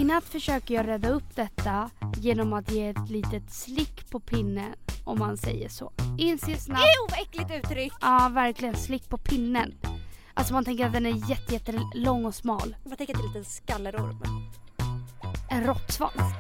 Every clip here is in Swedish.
natt försöker jag rädda upp detta genom att ge ett litet slick på pinnen, om man säger så. Inse snabbt... Vad äckligt uttryck! Ja, verkligen. Slick på pinnen. Alltså man tänker att den är jättelång och smal. Man tänker till en liten skallerorm. En råttsvans.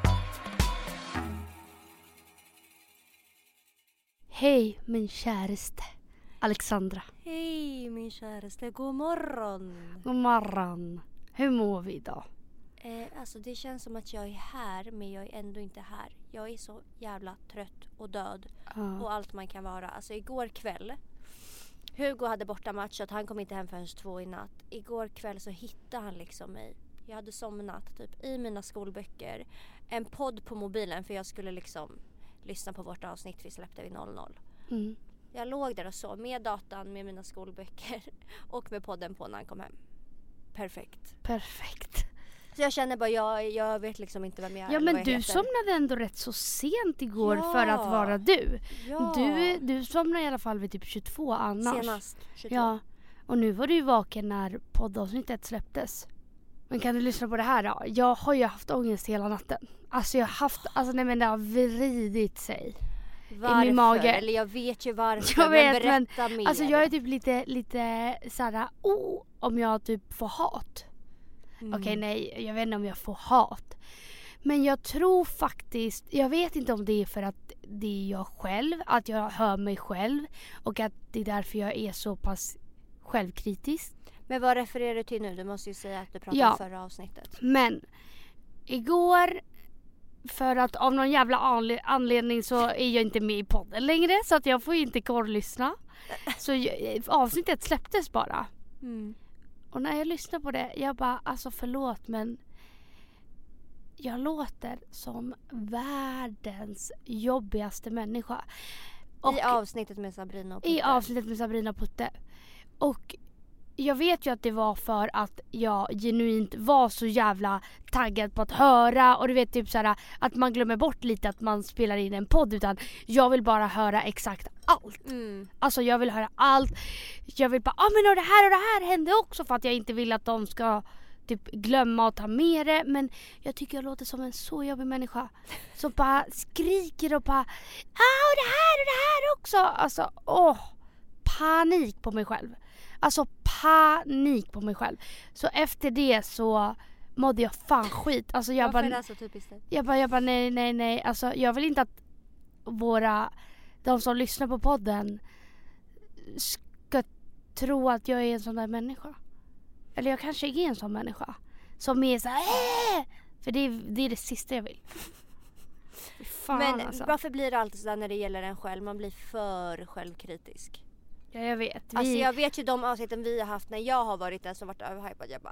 Hej min käraste Alexandra. Hej min käraste, god morgon. God morgon. Hur mår vi idag? Alltså det känns som att jag är här, men jag är ändå inte här. Jag är så jävla trött och död och allt man kan vara. Alltså igår kväll, Hugo hade bortamatch så att han kom inte hem förrän 2 i natt. Igår kväll så hittade han liksom mig. Jag hade somnat typ i mina skolböcker. En podd på mobilen för jag skulle liksom lyssna på vårt avsnitt vi släppte vid 00. Mm. Jag låg där och så med datan, med mina skolböcker och med podden på när han kom hem. Perfekt. Så jag känner bara, jag vet liksom inte vem jag är. Ja, men du heter. somnade ändå rätt så sent igår Ja. för att vara du. Ja. Du somnade i alla fall vid typ 22 annars. Senast 22. Ja, och nu var du ju vaken när poddavsnittet släpptes. Men kan du lyssna på det här då? Jag har ju haft ångest hela natten. Alltså det har vridit sig. Varför? I min mage. Eller jag vet ju varför. Jag vet, men berätta mer. Alltså jag är typ lite såhär, om jag typ får hat. Okej, nej, jag vet inte om jag får hat. Men jag tror faktiskt, jag vet inte om det är för att det är jag själv, att jag hör mig själv och att det är därför jag är så pass självkritisk. Men vad refererar du till nu? Du måste ju säga att du pratade om förra avsnittet. Men igår, för att av någon jävla anledning så är jag inte med i podden längre, så att jag får inte korrlyssna. Så avsnittet släpptes bara. Och när jag lyssnar på det, jag bara, alltså förlåt, men jag låter som världens jobbigaste människa. Och I avsnittet med Sabrina och Putte. I avsnittet med Sabrina och Putte. Och jag vet ju att det var för att jag genuint var så jävla taggad på att höra. Och du vet typ såhär att man glömmer bort lite att man spelar in en podd. Utan jag vill bara höra exakt allt. Alltså jag vill höra allt. Jag vill bara, men och det här hände också. För att jag inte vill att de ska typ glömma och ta med det. Men jag tycker jag låter som en så jobbig människa. Som bara skriker och bara, och det här också. Alltså panik på mig själv. Alltså panik på mig själv. Så efter det så mådde jag fan skit. Alltså jag Varför är det så typiskt? Jag bara nej. Alltså jag vill inte att de som lyssnar på podden ska tro att jag är en sån där människa. Eller jag kanske är en sån människa som är så här, för det är det sista jag vill. Fan, men alltså. Varför blir det alltid så där när det gäller en själv? Man blir för självkritisk. Ja, jag vet. Alltså jag vet ju de avsnitten vi har haft när jag har varit den som varit överhypad. Jag bara,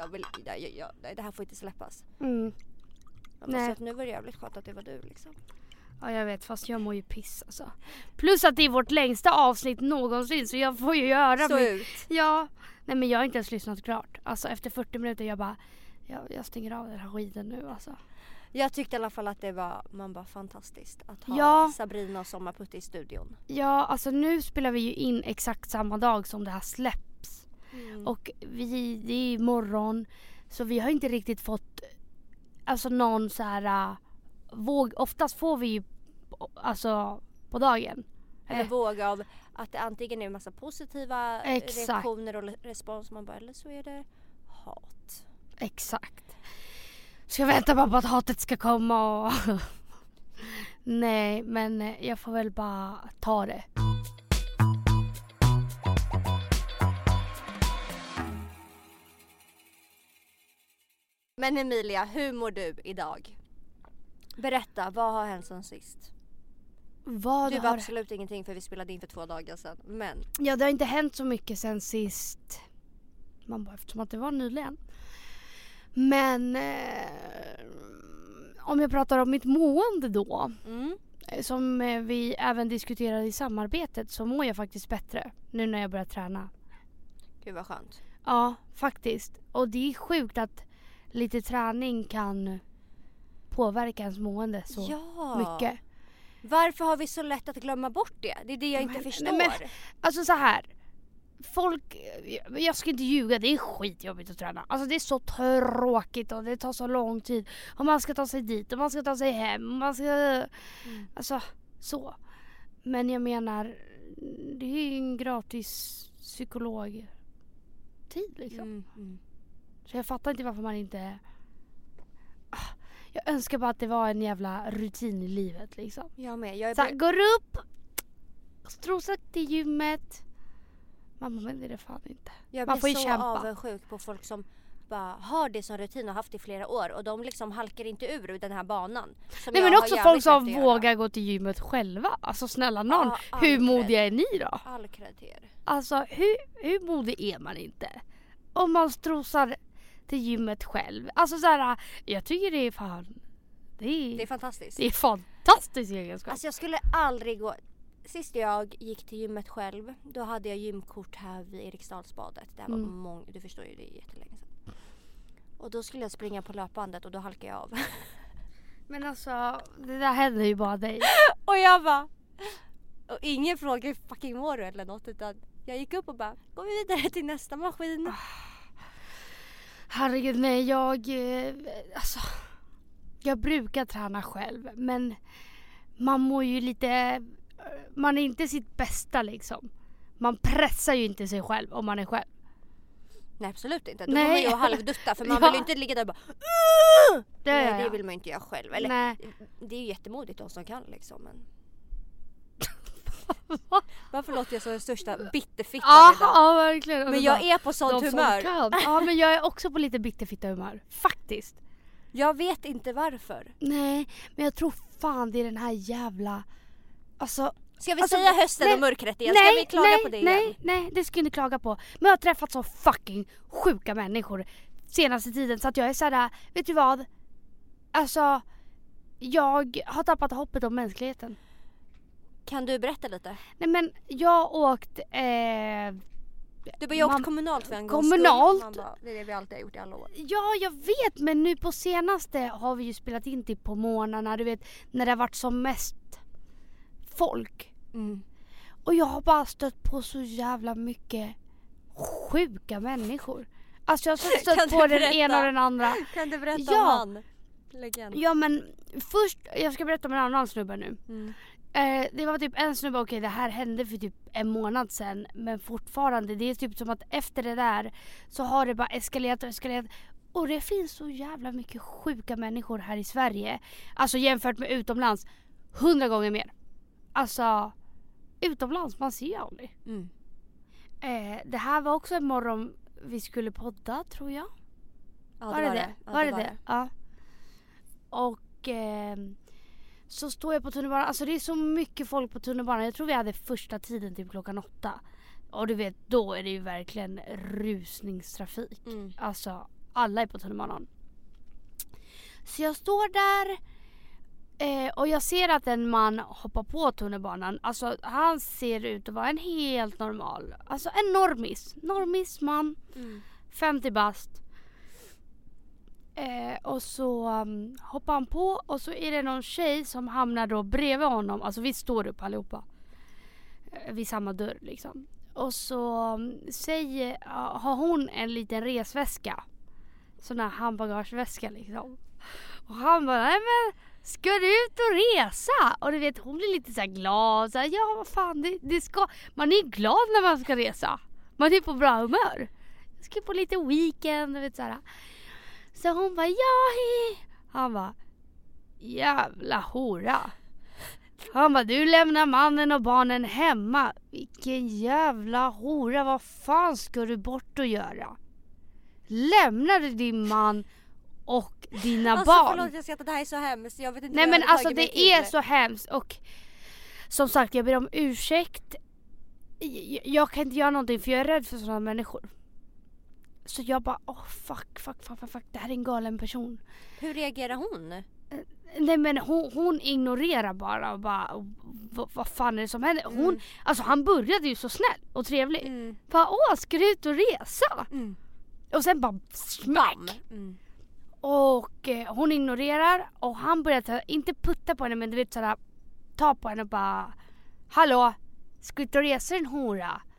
det här får inte släppas. Så att nu var det jävligt skönt att det var du liksom. Ja, jag vet, fast jag mår ju piss alltså. Plus att det är vårt längsta avsnitt någonsin, så jag får ju göra så ut. Ja, nej men jag har inte ens lyssnat klart. Alltså efter 40 minuter jag stänger av den här skiten nu alltså. Jag tyckte i alla fall att man var fantastiskt att ha Sabrina och Sommarputte i studion. Ja, alltså nu spelar vi ju in exakt samma dag som det här släpps. Och det är imorgon, så vi har inte riktigt fått alltså någon så här våg. Oftast får vi ju alltså på dagen en våg av att det antingen är en massa positiva reaktioner och respons man bara, eller så är det hat. Exakt. Så jag väntar bara på att hatet ska komma och nej, men jag får väl bara ta det. Men Emilia, hur mår du idag? Berätta, vad har hänt sen sist? Du var absolut ingenting för vi spelade in för 2 dagar sedan. Men ja, det har inte hänt så mycket sen sist. Man bara, eftersom att det var nyligen. Men om jag pratar om mitt mående då. Som vi även diskuterade i samarbetet, så mår jag faktiskt bättre nu när jag börjar träna. Gud vad skönt. Ja, faktiskt. Och det är sjukt att lite träning kan påverka ens mående så mycket. Varför har vi så lätt att glömma bort det? Det är det jag inte förstår. Nej, men, alltså så här. folk, jag ska inte ljuga, det är skitjobbigt att träna. Alltså det är så tråkigt och det tar så lång tid. Och man ska ta sig dit och man ska ta sig hem. Och man ska, alltså så. Men jag menar, det är ju en gratis psykologtid liksom. Så jag fattar inte varför man inte... Jag önskar bara att det var en jävla rutin i livet liksom. Jag med. Så går upp, strosar till gymmet. Mamma, men det är det fan inte. Man får ju kämpa. Jag blir så avundsjuk på folk som bara har det som rutin och haft det i flera år. Och de liksom halkar inte ur den här banan. Nej, men också folk som vågar gå till gymmet själva. Alltså snälla någon, hur modiga är ni då? All cred till er. Alltså hur modig är man inte? Om man strosar till gymmet själv. Alltså såhär, jag tycker det är fan... Det är fantastiskt. Det är fantastiskt egenskap. Alltså jag skulle aldrig gå... Sist jag gick till gymmet själv, då hade jag gymkort här vid Eriksdalsbadet. Det var du förstår ju, det är jättelänge sedan. Och då skulle jag springa på löpbandet och då halkade jag av. Men alltså, det där händer ju bara dig. Och jag bara... Och ingen frågade fucking mår du eller något, utan jag gick upp och bara, gå vidare till nästa maskin. Herregud, nej, jag brukar träna själv, men man mår ju lite, man är inte sitt bästa liksom. Man pressar ju inte sig själv om man är själv. Nej, absolut inte. Då var man ju halvdutta, för man vill ju inte ligga där och bara det vill man ju inte göra själv. Eller, det är ju jättemodigt de som kan liksom, men... Varför låter jag som den största bitterfittan idag? Ja, verkligen. Men jag är på sånt humör. Ja, men jag är också på lite bitterfitta humör. Faktiskt. Jag vet inte varför. Nej, men jag tror fan det är den här jävla... Alltså... Ska vi säga hösten och mörkret igen? Ska vi klaga på det igen? Nej, det ska jag inte klaga på. Men jag har träffat så fucking sjuka människor senaste tiden. Så att jag är såhär, vet du vad? Alltså, jag har tappat hoppet om mänskligheten. Kan du berätta lite? Nej, men jag åkt... Du bara, jag åkt kommunalt för en gång. Kommunalt? Det är det vi alltid har gjort i alla år. Ja, jag vet, men nu på senaste har vi ju spelat in typ på morgnarna, du vet, när det har varit som mest folk. Och jag har bara stött på så jävla mycket sjuka människor. Alltså jag har stött på den ena och den andra. Kan du berätta om han? Legend. Ja, men först, jag ska berätta om en annan snubbe nu. Det var typ en snubbe, okej, det här hände för typ en månad sedan, men fortfarande, det är typ som att efter det där så har det bara eskalerat. Och det finns så jävla mycket sjuka människor här i Sverige. Alltså jämfört med utomlands 100 gånger mer. Alltså utomlands, man ser ju aldrig. Det här var också en morgon vi skulle podda, tror jag. Ja, var det det? Ja. Och så står jag på tunnelbanan. Alltså det är så mycket folk på tunnelbanan. Jag tror vi hade första tiden typ 8:00. Och du vet, då är det ju verkligen rusningstrafik. Alltså alla är på tunnelbanan. Så jag står där och jag ser att en man hoppar på tunnelbanan. Alltså han ser ut att vara en helt normal, alltså en normis man, 50 bast. Och så hoppar han på och så är det någon tjej som hamnar då bredvid honom. Alltså vi står upp allihopa vid samma dörr liksom. Och så har hon en liten resväska, sån här handbagageväska liksom. Och han bara, nej men ska du ut och resa? Och du vet, hon blir lite så här glad, så här, ja vad fan, det ska, man är glad när man ska resa. Man är på bra humör. Jag ska på lite weekend, du vet så här. Så hon bara, ja hej. Han bara, jävla hora. Han bara, du lämnar mannen och barnen hemma. Vilken jävla hora, vad fan ska du bort och göra? Lämnar du din man och dina barn? Förlåt, jag ser att det här är så hemskt. Jag vet inte. Nej men alltså det är så hemskt. Och som sagt, jag ber om ursäkt. Jag kan inte göra någonting för jag är rädd för sådana människor. Så jag bara, fuck, det här är en galen person. Hur reagerar hon? Nej men hon ignorerar bara och bara, vad fan är det som händer? Alltså han började ju så snäll och trevlig. Bara, ska du ut och resa? Och sen bara smack. Och hon ignorerar och han börjar inte putta på henne, men du vet såhär, ta på henne och bara, hallå, ska du ut och resa en hora?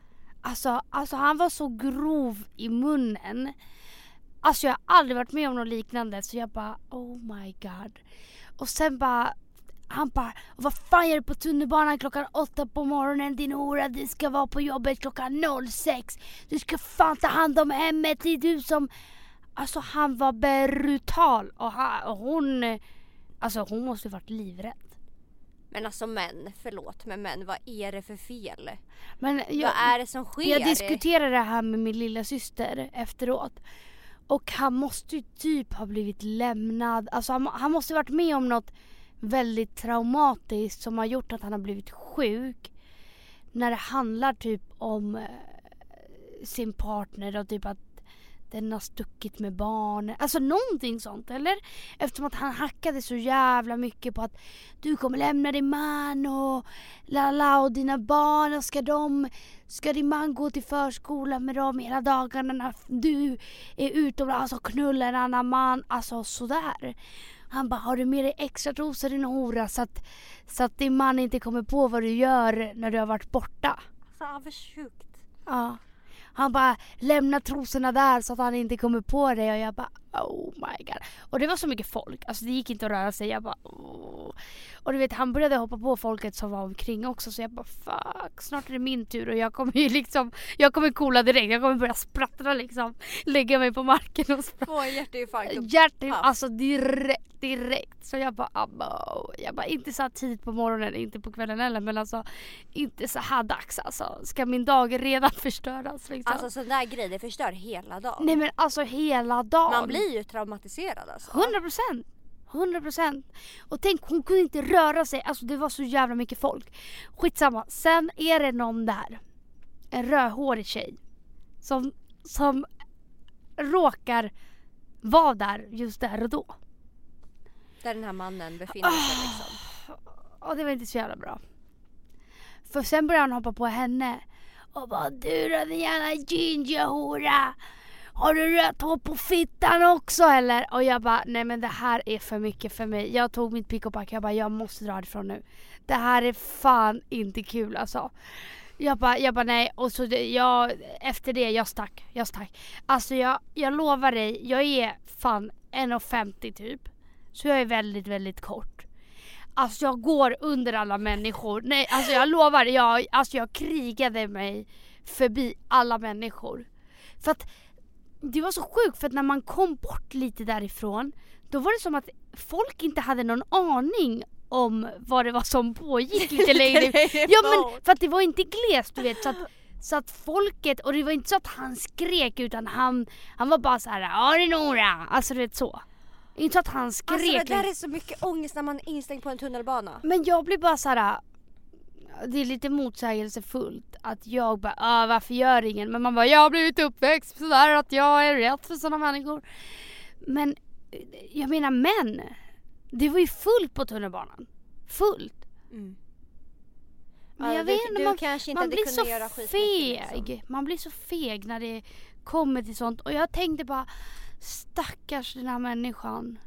Alltså han var så grov i munnen. Alltså jag har aldrig varit med om något liknande. Så jag bara, oh my god. Och sen bara, han bara, vad fan gör du på tunnelbanan klockan 8 på morgonen, din hora? Du ska vara på jobbet klockan 06. Du ska fan ta hand om hemmet. Det är du som... Alltså han var brutal. Och hon måste varit livrädd. Men alltså förlåt, men vad är det för fel? Men vad är det som sker? Jag diskuterade det här med min lilla syster efteråt. Och han måste ju typ ha blivit lämnad. Alltså han måste ha varit med om något väldigt traumatiskt som har gjort att han har blivit sjuk. När det handlar typ om sin partner och typ att den har stuckit med barn. Alltså någonting sånt, eller? Eftersom att han hackade så jävla mycket på att du kommer lämna din man och lala och dina barn. Och ska din man gå till förskolan med dem hela dagarna när du är utomlands och knullar en annan man. Alltså sådär. Han bara, har du med dig extra trosor din hora så att din man inte kommer på vad du gör när du har varit borta. Så han var sjukt. Ja. Han bara, lämna trosorna där så att han inte kommer på det. Och jag bara, oh my god. Och det var så mycket folk. Alltså det gick inte att röra sig. Jag bara, oh. Och du vet, han började hoppa på folket som var omkring också. Så jag bara, fuck, snart är det min tur. Och jag kommer coola direkt. Jag kommer börja sprattra liksom. Lägga mig på marken och sprattra. Få hjärtinfarkt. Alltså direkt. Så jag bara, inte så här tid på morgonen, inte på kvällen heller. Men alltså, inte så här dags alltså. Ska min dag redan förstöras liksom. Alltså sån där grej, det förstör hela dagen. Nej men alltså hela dagen. Man blir ju traumatiserad alltså. 100%. Och tänk, hon kunde inte röra sig. Alltså det var så jävla mycket folk. Skitsamma. Sen är det någon där. En rödhårig tjej. Som råkar vara där just där och då. Där den här mannen befinner sig liksom. Och det var inte så jävla bra. För sen började han hoppa på henne. Och bara, du då din jävla ginger-hora. Har du rött hår på fittan också eller? Och jag bara, nej men det här är för mycket för mig. Jag tog mitt pick och pack. Jag bara, jag måste dra ifrån nu. Det här är fan inte kul alltså. Jag bara nej. Och så efter det, jag stack. Alltså jag lovar dig, jag är fan 1,50 typ. Så jag är väldigt, väldigt kort. Alltså jag går under alla människor. Nej, alltså jag lovar, jag krigade mig förbi alla människor. För att det var så sjukt, för att när man kom bort lite därifrån, då var det som att folk inte hade någon aning om vad det var som pågick lite längre. Ja men för att det var inte glest, du vet, så att folket, och det var inte så att han skrek, utan han var bara så här, ja det är Nora, alltså du vet så. Inte så att han skrek. Alltså det där är så mycket ångest när man är instängd på en tunnelbana. Men jag blir bara så här, det är lite motsägelsefullt att jag bara, varför gör ingen? Men man bara, jag har blivit uppväxt sådär att jag är rätt för sådana människor. Men jag menar, men det var ju fullt på tunnelbanan. Fullt. Mm. Men jag vet inte, man blir så feg. Liksom. Man blir så feg när det kommer till sånt. Och jag tänkte bara, stackars den här människan.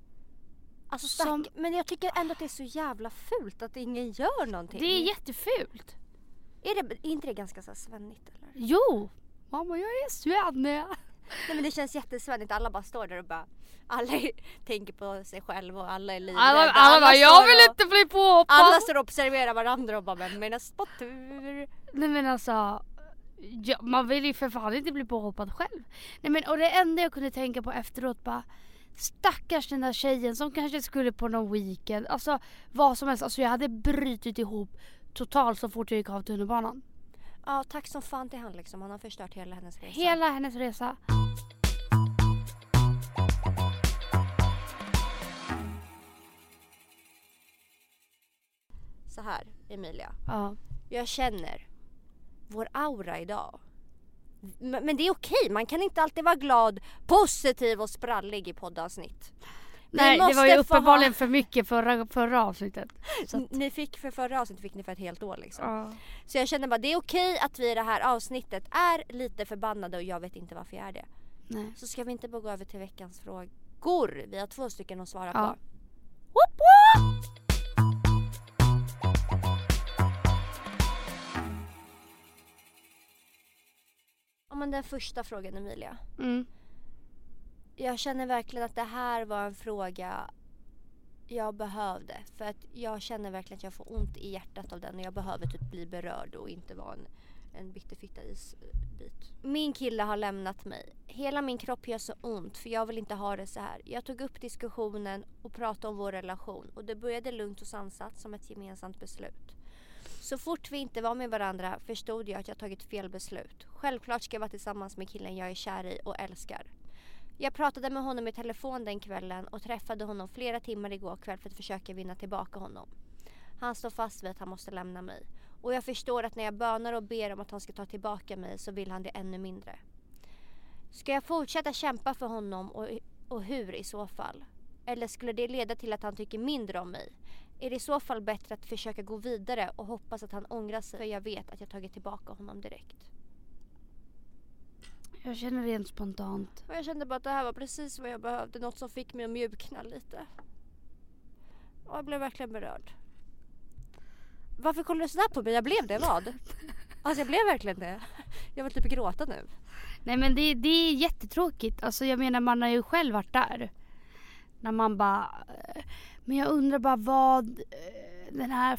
Alltså men jag tycker ändå att det är så jävla fult att ingen gör någonting. Det är jättefult. Är inte det ganska så svennigt eller? Jo, mamma jag är svennig. Nej men det känns jättesvennigt. Alla bara står där och bara, alla tänker på sig själv och alla är livrädda. Alla bara, jag vill inte bli påhoppad. Alla står och observerar varandra och bara, men spottur. Nej men alltså, man vill ju för fan inte bli påhoppad själv. Nej men, och det enda jag kunde tänka på efteråt bara, stackars den där tjejen som kanske skulle på någon weekend. Alltså vad som helst. Alltså jag hade brytit ihop totalt så fort jag gick av tunnelbanan. Ja, tack som fan till han liksom. Han har förstört hela hennes resa. Hela hennes resa. Så här, Emilia. Ja. Jag känner vår aura idag. Men det är okej. Man kan inte alltid vara glad, positiv och sprallig i poddavsnitt. Nej, det var ju uppenbarligen för mycket förra avsnittet. För förra avsnittet fick ni för ett helt år liksom. Ja. Så jag känner bara, det är okej att vi i det här avsnittet är lite förbannade och jag vet inte varför jag är det. Nej. Så ska vi inte bara gå över till veckans frågor. Vi har 2 stycken att svara på. Woop woop! men den första frågan, Emilia. Mm. Jag känner verkligen att det här var en fråga jag behövde. För att jag känner verkligen att jag får ont i hjärtat av den. Och jag behöver typ bli berörd och inte vara en bitterfitta isbit. Min kille har lämnat mig. Hela min kropp gör så ont för jag vill inte ha det så här. Jag tog upp diskussionen och pratade om vår relation. Och det började lugnt och sansat som ett gemensamt beslut. Så fort vi inte var med varandra förstod jag att jag tagit fel beslut. Självklart ska jag vara tillsammans med killen jag är kär i och älskar. Jag pratade med honom i telefon den kvällen och träffade honom flera timmar igår kväll för att försöka vinna tillbaka honom. Han står fast vid att han måste lämna mig. Och jag förstår att när jag bönar och ber om att han ska ta tillbaka mig så vill han det ännu mindre. Ska jag fortsätta kämpa för honom och hur i så fall? Eller skulle det leda till att han tycker mindre om mig? Är det i så fall bättre att försöka gå vidare och hoppas att han ångrar sig? För jag vet att jag tagit tillbaka honom direkt. Jag känner rent spontant. Och jag kände bara att det här var precis vad jag behövde. Något som fick mig att mjukna lite. Och jag blev verkligen berörd. Varför kollar du sådär på mig? Jag blev det, vad? Alltså jag blev verkligen det. Jag vill typ gråta nu. Nej men det är jättetråkigt. Alltså jag menar man har ju själv varit där. När man bara... Men jag undrar bara vad den här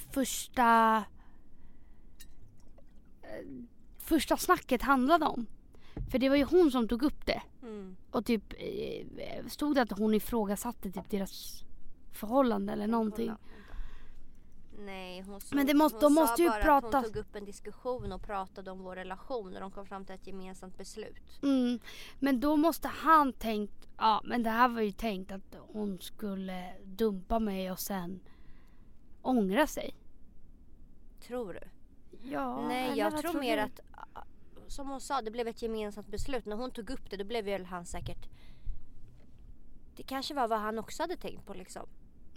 första snacket handlade om. För det var ju hon som tog upp det. Och typ stod det att hon ifrågasatte typ deras förhållande eller någonting. Nej, hon måste ju prata. Hon tog upp en diskussion och pratade om vår relation och de kom fram till ett gemensamt beslut. Men då måste han tänkt, ja men det här var ju tänkt att hon skulle dumpa mig och sen ångra sig. Tror du? Ja. Nej, jag tror mer att, som hon sa, det blev ett gemensamt beslut. När hon tog upp det, då blev väl han säkert, det kanske var vad han också hade tänkt på liksom.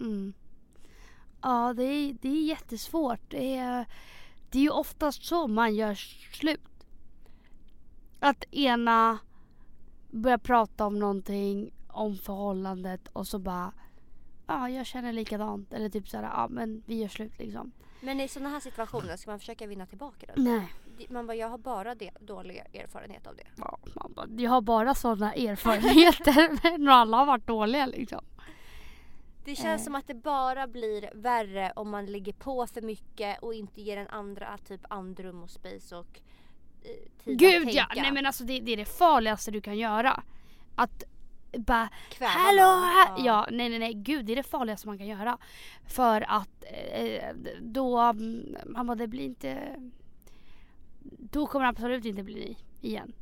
Ja, det är jättesvårt. Det är ju oftast så man gör slut. Att ena börjar prata om någonting, om förhållandet och så bara, ja jag känner likadant. Eller typ såhär, ja men vi gör slut liksom. Men i sådana här situationer ska man försöka vinna tillbaka då? Nej. Man bara, jag har bara dåliga erfarenhet av det. Ja, man bara, jag har bara sådana erfarenheter. Men alla har varit dåliga liksom. Det känns som att det bara blir värre om man ligger på för mycket och inte ger den andra typ andrum och space och tid Gud, att tänka. Ja, nej men alltså det är det farligaste du kan göra. Att bara, kväva hallå, ja, nej, gud det är det farligaste man kan göra. För att då, man bara, det blir inte, då kommer det absolut inte bli igen.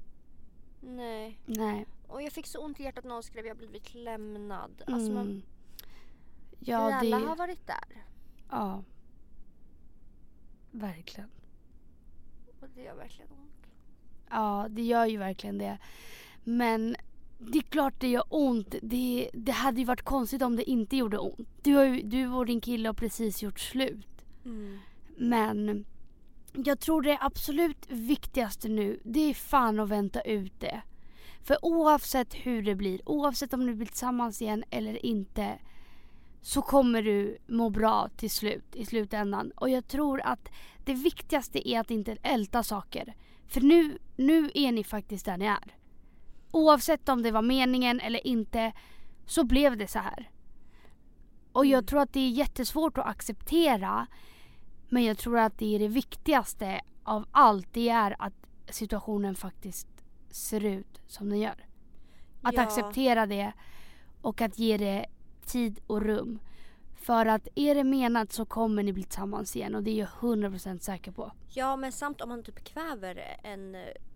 Nej. Och jag fick så ont i hjärtat när hon skrev jag blivit lämnad. Alltså ja, vi alla har varit där. Ja. Verkligen. Och det gör verkligen ont. Ja, det gör ju verkligen det. Men det är klart det gör ont. Det hade ju varit konstigt om det inte gjorde ont. Du och din kille har precis gjort slut. Men jag tror det absolut viktigaste nu, det är fan att vänta ut det. För oavsett hur det blir, oavsett om du blir tillsammans igen eller inte, så kommer du må bra till slut, i slutändan. Och jag tror att det viktigaste är att inte älta saker. För nu är ni faktiskt där ni är. Oavsett om det var meningen eller inte, så blev det så här. Och jag tror att det är jättesvårt att acceptera. Men jag tror att det är det viktigaste av allt. Det är att situationen faktiskt ser ut som den gör. Att acceptera det och att ge det tid och rum. För att är det menat så kommer ni bli tillsammans igen. Och det är jag 100% säker på. Ja, men samt om man typ kväver en...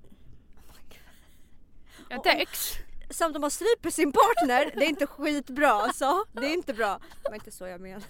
Samt om man stryper sin partner. Det är inte skitbra alltså. Det är inte bra. Det var inte så jag menade.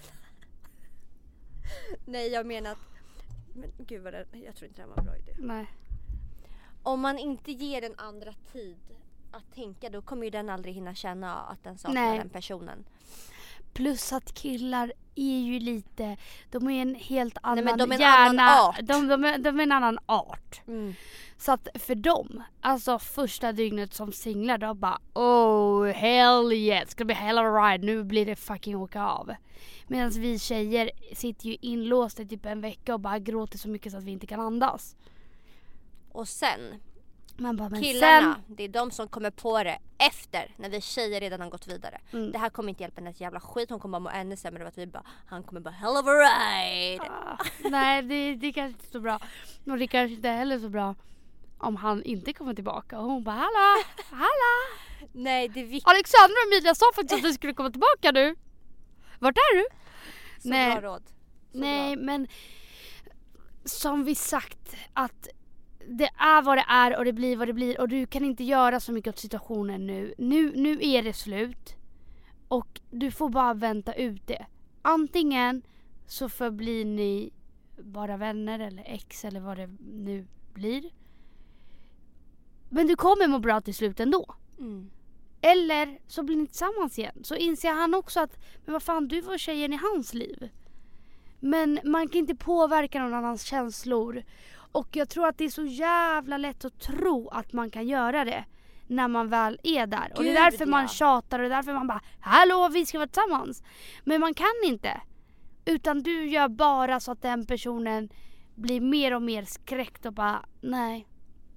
Nej, jag menar att... Men gud vad det... Jag tror inte det var en bra idé. Nej. Om man inte ger den andra tid att tänka, då kommer ju den aldrig hinna känna att den saknar den personen. Plus att killar är ju lite, de är en helt annan de är en hjärna. annan art. De är en annan art. Så att för dem, alltså första dygnet som singlar, då bara oh hell yes, ska bli hell of a ride, nu blir det fucking åka av. Medan vi tjejer sitter ju inlåsta i typ en vecka och bara gråter så mycket så att vi inte kan andas. Och sen Man bara, men killarna, sen... det är de som kommer på det efter, när vi tjejer redan har gått vidare. Det här kommer inte hjälpa henne ett jävla skit. Hon kommer bara må ännu sämre av att vi bara, han kommer bara hell of a ride. Nej, det kanske inte är så bra. Och det kanske inte heller är så bra om han inte kommer tillbaka. Och hon bara, hallå. Nej, det är viktigt. Alexandra och Emilia sa faktiskt att vi skulle komma tillbaka nu. Vart är du? Så bra råd. Nej, men som vi sagt, att det är vad det är och det blir vad det blir. Och du kan inte göra så mycket åt situationen nu. Nu är det slut. Och du får bara vänta ut det. Antingen så förblir ni bara vänner eller ex eller vad det nu blir. Men du kommer må bra till slut ändå. Eller så blir ni tillsammans igen. Så inser han också att, men vad fan, du var tjejen i hans liv. Men man kan inte påverka någon annans känslor. Och jag tror att det är så jävla lätt att tro att man kan göra det när man väl är där. Och det är därför man tjatar och det är därför man bara, hallå, vi ska vara tillsammans. Men man kan inte. Utan du gör bara så att den personen blir mer och mer skräckt och bara, nej.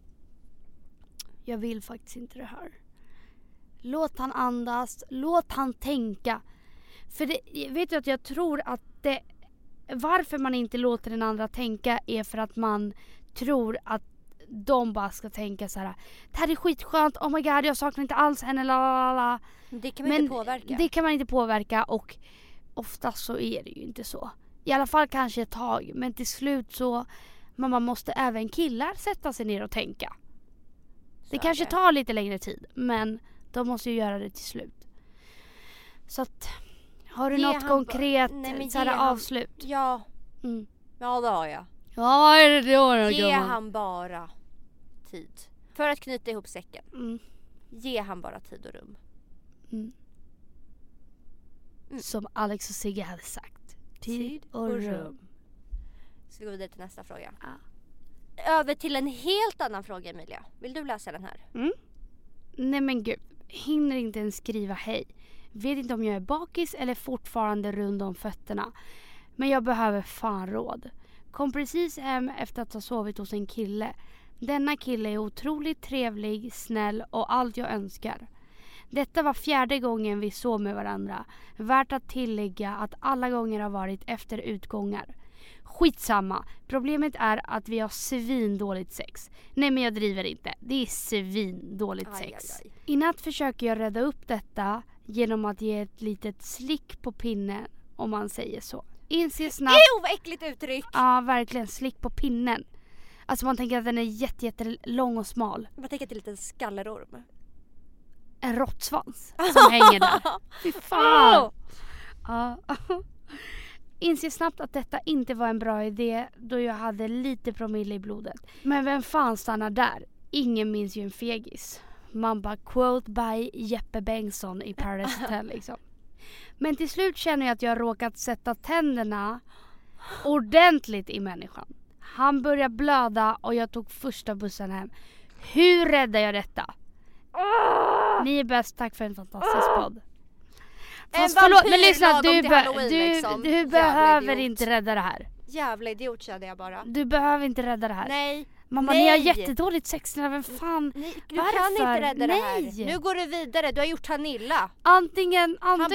Jag vill faktiskt inte det här. Låt han andas, låt han tänka. För det, vet du att jag tror att det, varför man inte låter den andra tänka är för att man tror att de bara ska tänka så här: det här är skitskönt, oh my god, jag saknar inte alls henne, lalala. Det kan man inte påverka. Det kan man inte påverka, och oftast så är det ju inte så. I alla fall kanske ett tag, men till slut så man måste även killar sätta sig ner och tänka. Det kanske tar lite längre tid, men de måste ju göra det till slut. Så att, har du något konkret avslut? Ja. Ja, det har jag. Ja, är det då? Ge han bara tid. För att knyta ihop säcken. Ge han bara tid och rum. Som Alex och Sigge hade sagt. Tid och rum. Ska vi gå vidare till nästa fråga? Ja. Över till en helt annan fråga, Emilia. Vill du läsa den här? Nej men gud, hinner inte ens skriva hej. Vet inte om jag är bakis eller fortfarande rund om fötterna. Men jag behöver fan råd. Kom precis hem efter att ha sovit hos en kille. Denna kille är otroligt trevlig, snäll och allt jag önskar. Detta var 4:e gången vi sov med varandra. Värt att tillägga att alla gånger har varit efter utgångar. Skitsamma. Problemet är att vi har svindåligt sex. Nej, men jag driver inte. Det är svindåligt sex. Aj. I natt försöker jag rädda upp detta genom att ge ett litet slick på pinnen, om man säger så. Inser snabbt... Vad äckligt uttryck! Ja, verkligen. Slick på pinnen. Alltså man tänker att den är jättelång och smal. Man tänker att det är en liten skallerorm. En råttsvans som hänger där. Fy fan! Ja. Inser snabbt att detta inte var en bra idé då jag hade lite promille i blodet. Men vem fan stannar där? Ingen minns ju en fegis. Man bara quote by Jeppe Bengtsson i Paradise Hotel liksom. Men till slut känner jag att jag har råkat sätta tänderna ordentligt i människan. Han började blöda och jag tog första bussen hem. Hur räddar jag detta? Ni är bäst, tack för en fantastisk podd. Fast förlåt, men lyssna, du behöver inte rädda det här. Jävla idiot kände jag bara. Du behöver inte rädda det här. Nej. Mamma, ni har jättedåligt sex, vem fan? Nej, du kan inte rädda det här. Nu går du vidare, du har gjort han illa. Antingen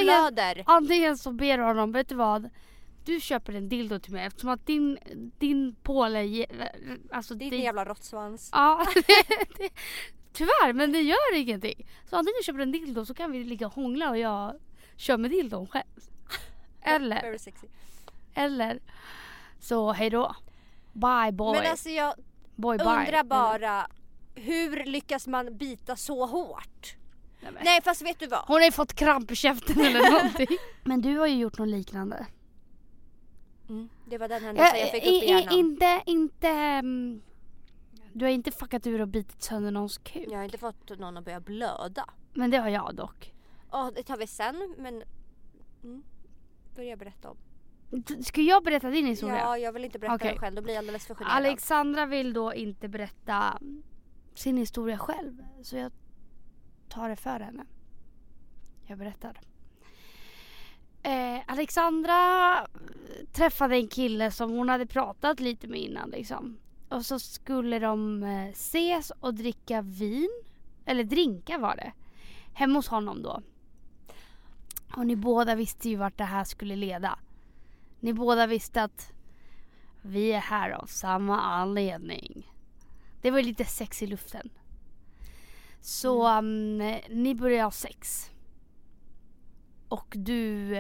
så ber du honom, vet du vad? Du köper en dildo till mig eftersom att din påle alltså din jävla råttsvans. Ja. Tyvärr, men det gör ingenting. Så antingen köper en dildo så kan vi ligga och hångla och jag kör med dildon själv. Eller så hej då. Bye boy. Men alltså jag undrar bara, hur lyckas man bita så hårt? Nej, fast vet du vad? Hon har ju fått kramp i käften eller någonting. Men du har ju gjort något liknande. Det var den händelsen jag fick upp i hjärnan. Inte du har inte fuckat ur och bitit sönder någons kuk. Jag har inte fått någon att börja blöda. Men det har jag dock. Det tar vi sen, men börja berätta om. Ska jag berätta din historia? Ja, jag vill inte berätta den själv. Då blir jag alldeles för generad. Alexandra vill då inte berätta sin historia själv. Så jag tar det för henne. Jag berättar. Alexandra träffade en kille som hon hade pratat lite med innan liksom. Och så skulle de ses och dricka vin. Eller drinkar var det. Hemma hos honom då. Och ni båda visste ju vart det här skulle leda. Ni båda visste att vi är här av samma anledning. Det var lite sex i luften. Så ni börjar ha sex. Och du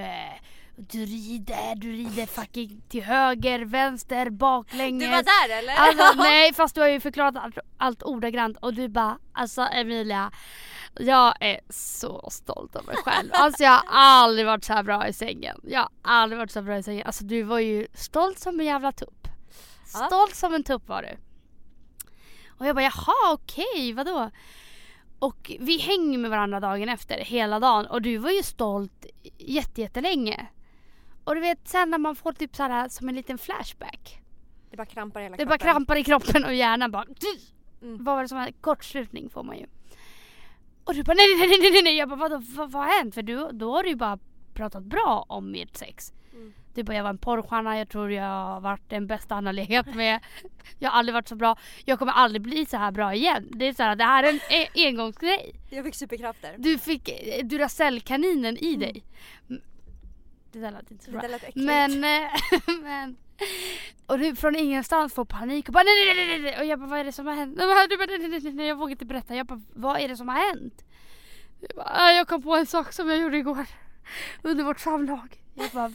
rider fucking till höger, vänster, baklänges. Du var där eller? Alltså, nej, fast du har ju förklarat allt ordagrant. Och du bara, alltså Emilia, jag är så stolt av mig själv. Alltså jag har aldrig varit så här bra i sängen. Alltså du var ju stolt som en jävla tupp. Stolt som en tupp var du. Och jag bara, jaha okej, vadå? Och vi hänger med varandra dagen efter, hela dagen. Och du var ju stolt jättelänge. Och du vet, sen när man får typ så här som en liten flashback. Det bara krampar i hela kroppen. Det bara krampar i kroppen och hjärnan bara... Vad var det som en kortslutning får man ju. Och du bara, nej. Jag bara, vad har hänt? För då har du ju bara pratat bra om ert sex. Du bara, jag var en porrstjärna, jag tror jag har varit den bästa han har legat med. Jag har aldrig varit så bra. Jag kommer aldrig bli så här bra igen. Det är så här, det här är en engångsgrej. Jag fick superkrafter. Du fick Duracell-kaninen i dig. Det där lät inte så bra. Det lät äckligt. Men och du från ingenstans får panik och bara nej. Och jag bara, vad är det som har hänt? Du bara, nej, jag vågar inte berätta. Jag bara, vad är det som har hänt? Jag kom på en sak som jag gjorde igår under vårt samlag. Jag bara,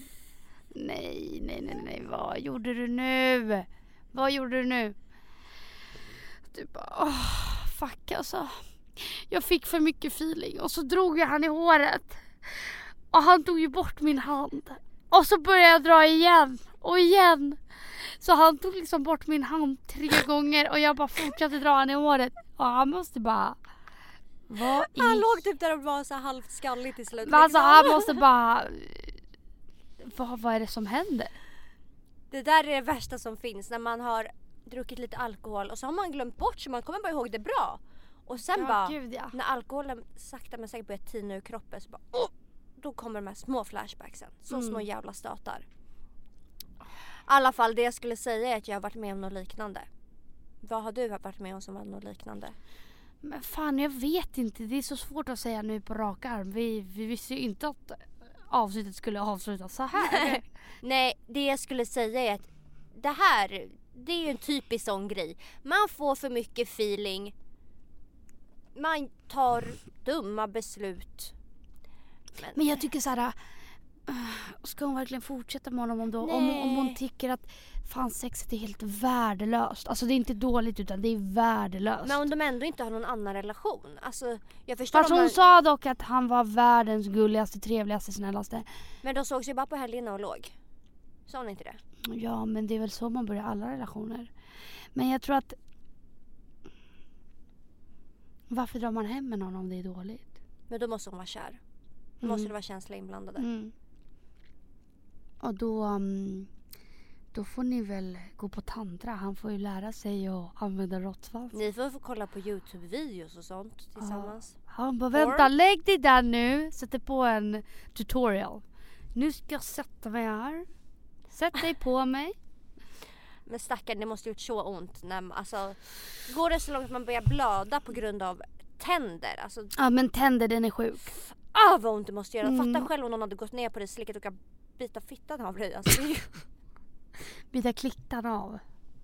nej, vad gjorde du nu? Du bara, fuck alltså. Jag fick för mycket feeling och så drog jag han i håret. Och han tog ju bort min hand. Och så började jag dra igen. Och igen. Så han tog liksom bort min hand 3 gånger. Och jag bara fortsatte dra han i håret. Och han måste bara... Han låg typ där och var så halvt skallig till slut. Men alltså han måste bara... Vad är det som händer? Det där är det värsta som finns. När man har druckit lite alkohol. Och så har man glömt bort så man kommer bara ihåg det bra. Och sen när alkoholen sakta men säkert börjar tina ur kroppen. Så bara... Då kommer de här små flashbacksen. Så små jävla stötar. I alla fall det jag skulle säga är att jag har varit med om något liknande. Vad har du varit med om som var något liknande? Men fan, jag vet inte. Det är så svårt att säga nu på rak arm. Vi visste ju inte att avsnittet skulle avslutas så här. Nej, det jag skulle säga är att det är ju en typisk sån grej. Man får för mycket feeling. Man tar dumma beslut. Men jag tycker så här, ska hon verkligen fortsätta med honom om hon tycker att fan sexet är helt värdelöst. Alltså det är inte dåligt utan det är värdelöst. Men om de ändå inte har någon annan relation. Alltså jag förstår. Fast hon sa dock att han var världens gulligaste, trevligaste, snällaste. Men de sågs ju bara på helgerna och låg. Sa hon inte det? Ja, men det är väl så man börjar alla relationer. Men jag tror att varför drar man hem med någon om det är dåligt? Men då måste hon vara kär. Måste det vara känsla inblandade. Och då får ni väl gå på tantra. Han får ju lära sig att använda råttsvans. Ni får kolla på YouTube-videos och sånt tillsammans. Han bara, vänta, lägg dig där nu. Sätter på en tutorial. Nu ska jag sätta mig här. Sätt dig på mig. Men stackaren, det måste gjort så ont. Alltså, går det så långt att man börjar blöda på grund av tänder? Alltså, ja, men tänder, den är sjuk. Vad ont det måste göra. Fatta själv om någon hade gått ner på det slicket och kan bita fittan av dig. Alltså, bita klittan av.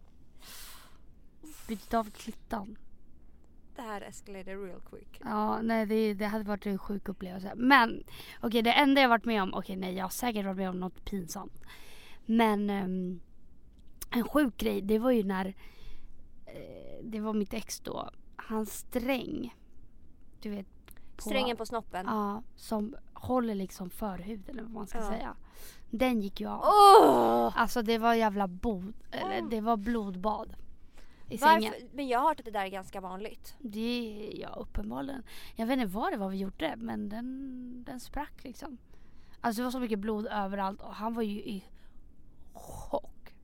Bita av klittan. Det här escalated real quick. Ja, nej, det hade varit en sjuk upplevelse. Men, okej, det enda jag varit med om... Okej, nej, jag har säkert varit med om något pinsamt. Men en sjuk grej, det var ju när... det var mitt ex då. Hans sträng. Du vet... Strängen på snoppen. Ja, som håller liksom förhuden eller vad man ska säga. Den gick ju av. Alltså det var jävla det var blodbad i sängen. Men jag har hört att det där är ganska vanligt. Uppenbarligen. Jag vet inte vad det var vi gjorde, men den sprack liksom. Alltså det var så mycket blod överallt och han var ju i chock.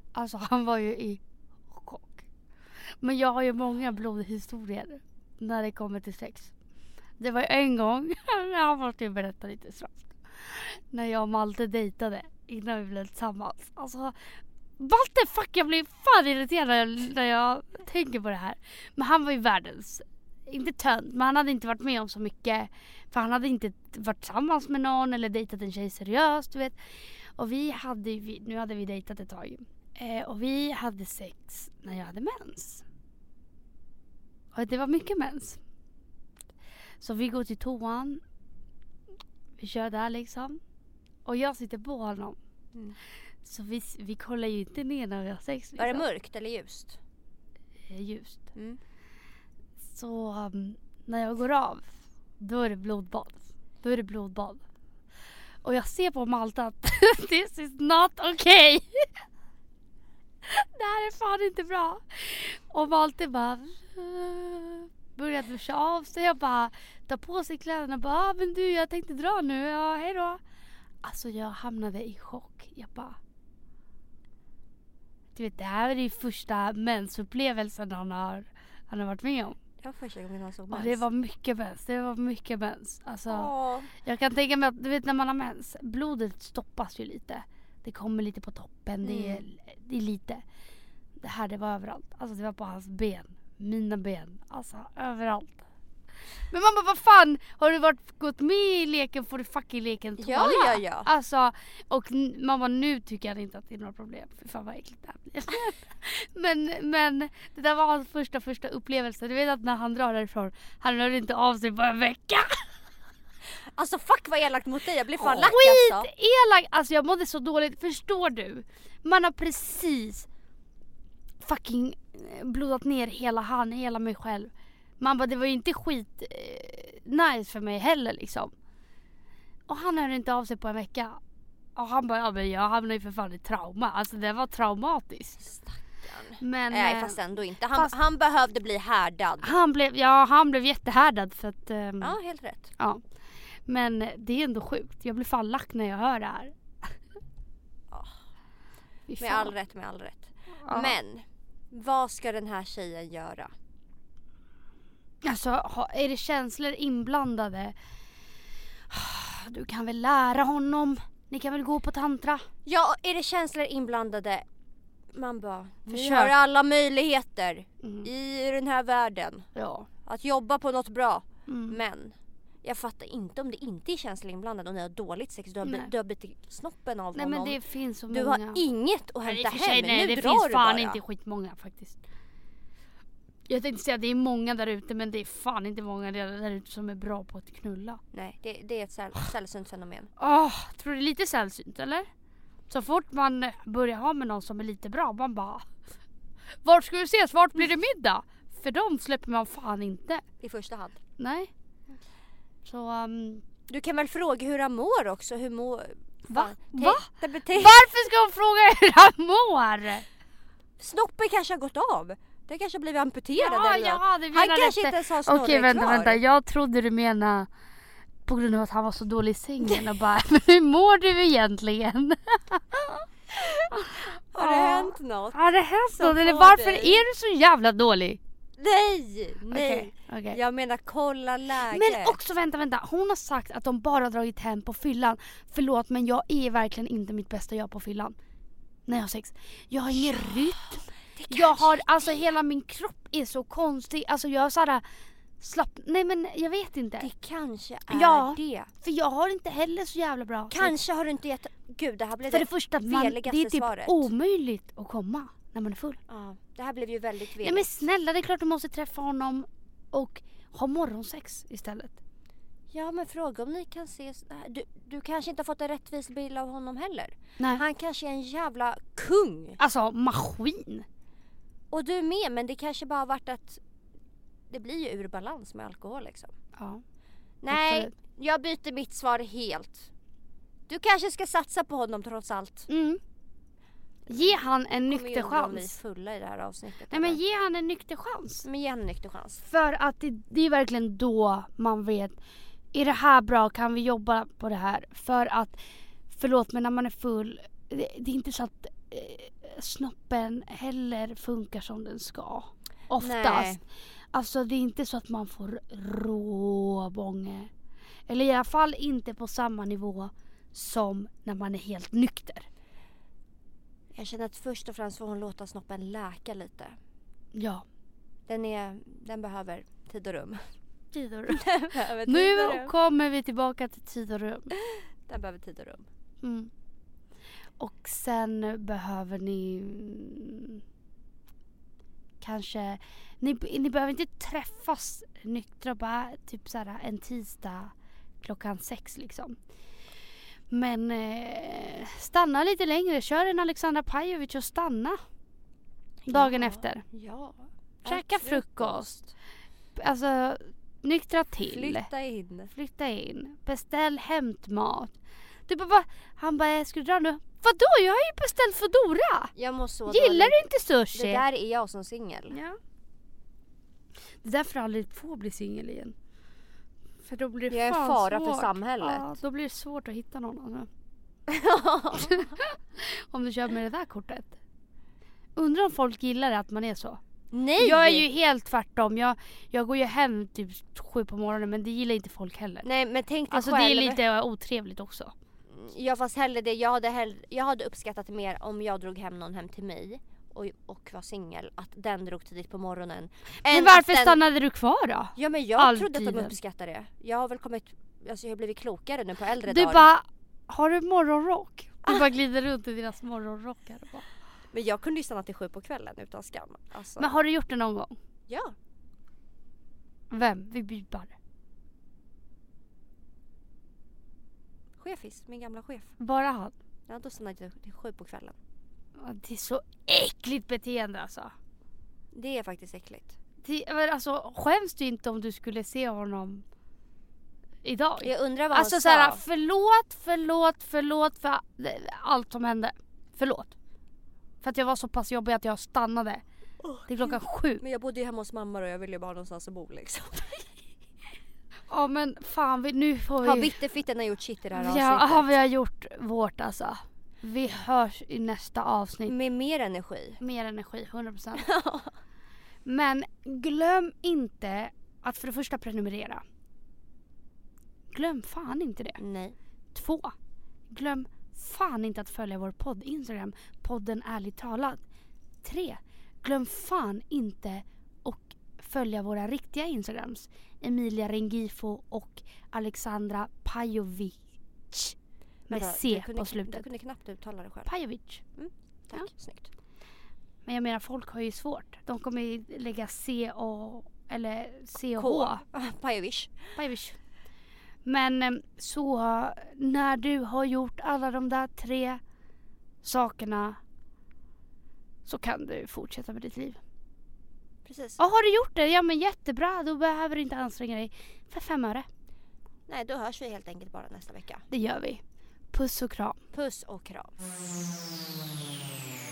Men jag har ju många blodhistorier när det kommer till sex. Det var en gång, jag måste ju berätta lite snabbt. När jag och Malte dejtade innan vi blev tillsammans. Alltså, Walter, fuck, jag blir fan irriterad när jag tänker på det här. Men han var ju världens, inte tönt, men han hade inte varit med om så mycket. För han hade inte varit tillsammans med någon eller dejtat en tjej seriöst, du vet. Och nu hade vi dejtat ett tag. Och vi hade sex när jag hade mens. Och det var mycket mens. Så vi går till toan. Vi kör där liksom. Och jag sitter på honom. Så vi kollar ju inte ner när vi har sex. Liksom. Var det mörkt eller ljust? Ljust. Så när jag går av, då är det blodbad. Och jag ser på Malta att this is not okay. Det här är fan inte bra. Och Malte bara började duscha av sig och bara ta på sig kläderna och bara, men du, jag tänkte dra nu, ja, hej då. Alltså jag hamnade i chock. Jag bara, du vet, det här är ju första mensupplevelsen han har varit med om. Ja, första gången han såg mens. Och det var mycket mens. Alltså, jag kan tänka mig att, du vet, när man har mens, blodet stoppas ju lite. Det kommer lite på toppen, det är lite. Det var överallt. Alltså det var på hans ben, mina ben, alltså överallt. Men mamma, vad fan, har du gått med i leken, får du fucking leken tåla? Ja. Alltså, och mamma, nu tycker jag inte att det är några problem. För fan vad äckligt det här blir. men det där var hans första upplevelse. Du vet att när han drar därifrån, han hörde inte av sig på en vecka. Alltså fuck vad elakt mot dig, jag blir fan lack alltså. Elak, alltså jag mådde så dåligt, förstår du? Man har precis fucking blodat ner hela mig själv. Man bara, det var ju inte skit nice för mig heller liksom. Och han hörde inte av sig på en vecka. Och han bara, ja men jag hamnade ju för fan i trauma. Alltså det var traumatiskt. Stackarn. Men, nej, fast ändå inte. Han behövde bli härdad. Han blev jättehärdad för att... ja, helt rätt. Ja. Men det är ändå sjukt. Jag blir fan lack när jag hör det här. Med all rätt. Ja. Men, vad ska den här tjejen göra? Alltså, är det känslor inblandade? Du kan väl lära honom. Ni kan väl gå på tantra. Ja, är det känslor inblandade? Man bara, vi Försök. har alla möjligheter i den här världen. Ja. Att jobba på något bra. Men jag fattar inte om det inte är känslor inblandade och ni har dåligt sex. Du har bitit snoppen av honom. Nej, men det finns så många. Du har inget att hämta hem. Nej, nu det drar finns du fan bara. inte skitmånga faktiskt. Jag tänkte säga att det är många där ute, men det är fan inte många där ute som är bra på att knulla. Nej, det är ett sällsynt fenomen. Tror du det är lite sällsynt, eller? Så fort man börjar ha med någon som är lite bra, man bara, vart ska vi ses? Vart blir det middag? För de släpper man fan inte. I första hand. Nej. Så du kan väl fråga hur han mår också. Hur mår... Va? Varför ska hon fråga hur han mår? Snoppen kanske har gått av. Den kanske har blivit amputerad eller något. Han kanske inte ens har snorren Okej, kvar. vänta. Jag trodde du menade på grund av att han var så dålig i sängen och bara, men hur mår du egentligen? Har det hänt något? Har det hänt något? Eller varför är du så jävla dålig? Nej. Okay. Jag menar kolla läget. Men också vänta. Hon har sagt att de bara dragit hem på fyllan. Förlåt, men jag är verkligen inte mitt bästa jag på fyllan. När jag har sex. Jag har ingen rytm. Jag har, alltså hela min kropp är så konstig. Alltså jag har såhär nej men jag vet inte. Det kanske är det. För jag har inte heller så jävla bra. Kanske har du inte gett... Gud, det här blev för det första, det är typ svaret. Omöjligt att komma när man är full. Ja, det här blev ju väldigt veligt. Nej men snälla, det är klart du måste träffa honom och ha morgonsex istället. Ja, men fråga om ni kan se... Du kanske inte har fått en rättvis bild av honom heller. Nej. Han kanske är en jävla kung. Alltså, maskin. Och du med, men det kanske bara har varit att... Det blir ju ur balans med alkohol liksom. Ja. Nej, absolut. Jag byter mitt svar helt. Du kanske ska satsa på honom trots allt. Ge han en nykter chans. Vi är fulla i det här avsnittet. Nej, men ge han en nykter chans. Men ge han en nykter chans. För att det är verkligen då man vet, är det här bra? Kan vi jobba på det här? För att, förlåt, men när man är full, det är inte så att snoppen heller funkar som den ska. Oftast. Nej. Alltså det är inte så att man får råbånge. Eller i alla fall inte på samma nivå som när man är helt nykter. Jag känner att först och främst får hon låta snoppen läka lite. Ja. Den behöver tid och rum. Tid och rum. Nu kommer vi tillbaka till tid och rum. Den behöver tid och rum. Mm. Och sen behöver ni kanske ni behöver inte träffas nyktra bara typ så här en tisdag 6:00 liksom. Men stanna lite längre, kör en Alexandra Pajovic och stanna dagen efter. Ja. Käka frukost. Alltså nyktra till. Flytta in. Beställ hämtmat. Du bara, han bara, ska du dra nu? Vadå? Jag har ju beställt Foodora. Jag mår så Gillar du inte sushi? Det där är jag som singel. Ja. Det är därför aldrig får bli singel igen. För då blir det jag är en fara för samhället. Ja, då blir det svårt att hitta någon annan. Om du kör med det där kortet. Undrar om folk gillar det att man är så. Nej! Jag är ju helt tvärtom. Jag går ju hem typ 7 på morgonen, men det gillar inte folk heller. Nej, men tänk dig alltså själv. Det är lite otrevligt också. Ja, fast hellre det. Jag hade uppskattat det mer om jag drog hem någon hem till mig och var singel, att den drog tidigt på morgonen. Men varför stannade du kvar då? Ja, men jag trodde att de uppskattade det. Jag har väl jag har blivit klokare nu på äldre dagar. Du bara, har du morgonrock? Du bara glider runt i deras morgonrockar. Men jag kunde ju stanna till 7 på kvällen utan skam. Alltså. Men har du gjort det någon gång? Ja. Vem? Vi byter. Chefis, min gamla chef. Bara han? Ja, då stannade jag till 7 på kvällen. Det är så äckligt beteende alltså. Det är faktiskt äckligt. Alltså, skäms du inte om du skulle se honom idag? Jag undrar vad alltså, han såhär, sa. Förlåt för allt som hände. Förlåt. För att jag var så pass jobbig att jag stannade. Det är 7:00. Men jag bodde ju hemma hos mamma och jag ville ju bara ha någonstans att bo liksom. Ja, men fan, nu får vi... Har bitterfitterna gjort shit i det här avsnittet? Ja, vi har gjort vårt alltså. Vi hörs i nästa avsnitt. Med mer energi. Mer energi, 100%. Men glöm inte att för det första prenumerera. Glöm fan inte det. Nej. 2. Glöm fan inte att följa vår podd Instagram. Podden Ärligt talat. 3. Glöm fan inte och följa våra riktiga Instagrams. Emilia Rengifo och Alexandra Pajovic. Med C på slutet. Du kunde knappt uttala det själv. Pajovic. Tack, Ja. snyggt. Men jag menar, folk har ju svårt. De kommer ju lägga C och H. Pajovic. Pajovic. Men så när du har gjort alla de där 3 sakerna så kan du fortsätta med ditt liv. Precis. Och har du gjort det? Ja, men jättebra. Då behöver du inte anstränga dig för 5 öre. Nej, då hörs vi helt enkelt bara nästa vecka. Det gör vi. Puss och kram. Puss och kram.